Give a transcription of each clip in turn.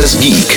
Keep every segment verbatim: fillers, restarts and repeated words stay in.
Express Geek.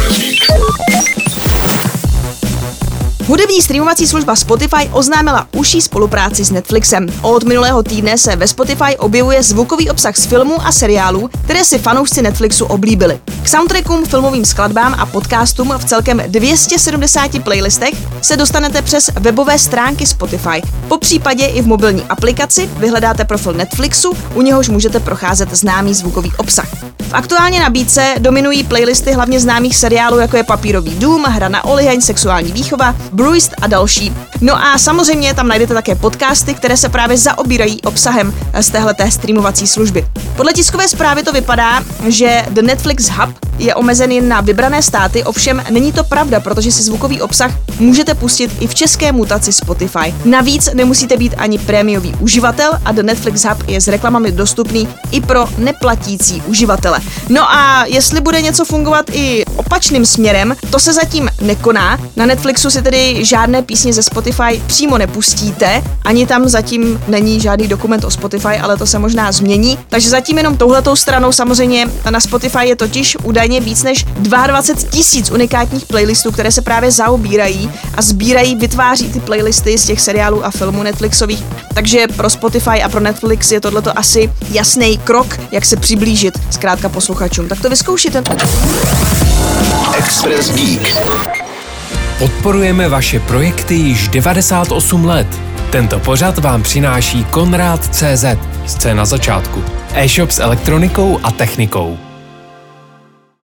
Hudební streamovací služba Spotify oznámila užší spolupráci s Netflixem. Od minulého týdne se ve Spotify objevuje zvukový obsah z filmů a seriálů, které si fanoušci Netflixu oblíbili. K soundtrackům, filmovým skladbám a podcastům v celkem dvě stě sedmdesáti playlistech se dostanete přes webové stránky Spotify. Po případě i v mobilní aplikaci vyhledáte profil Netflixu, u něhož můžete procházet známý zvukový obsah. V aktuální nabídce dominují playlisty hlavně známých seriálů, jako je Papírový dům, Hra na oliheň, Sexuální výchova, Bruised a další. No a samozřejmě tam najdete také podcasty, které se právě zaobírají obsahem z téhleté streamovací služby. Podle tiskové zprávy to vypadá, že The Netflix Hub je omezen jen na vybrané státy, ovšem není to pravda, protože si zvukový obsah můžete pustit i v české mutaci Spotify. Navíc nemusíte být ani prémiový uživatel a The Netflix Hub je s reklamami dostupný i pro neplatící uživatele. No a jestli bude něco fungovat i opačným směrem, to se zatím nekoná. Na Netflixu si tedy žádné písně ze Spotify přímo nepustíte, ani tam zatím není žádný dokument o Spotify, ale to se možná změní. Takže zatím jenom touhletou stranou. Samozřejmě na Spotify je totiž údajně víc než dvacet dva tisíc unikátních playlistů, které se právě zaobírají a sbírají, vytváří ty playlisty z těch seriálů a filmů Netflixových. Takže pro Spotify a pro Netflix je tohleto asi jasný krok, jak se přiblížit zkrátka posluchačům. Tak to vyzkoušíte. Express Geek. Podporujeme vaše projekty již devadesát osm let. Tento pořad vám přináší Konrad tečka cé zet. Scéna začátku. E-shop s elektronikou a technikou.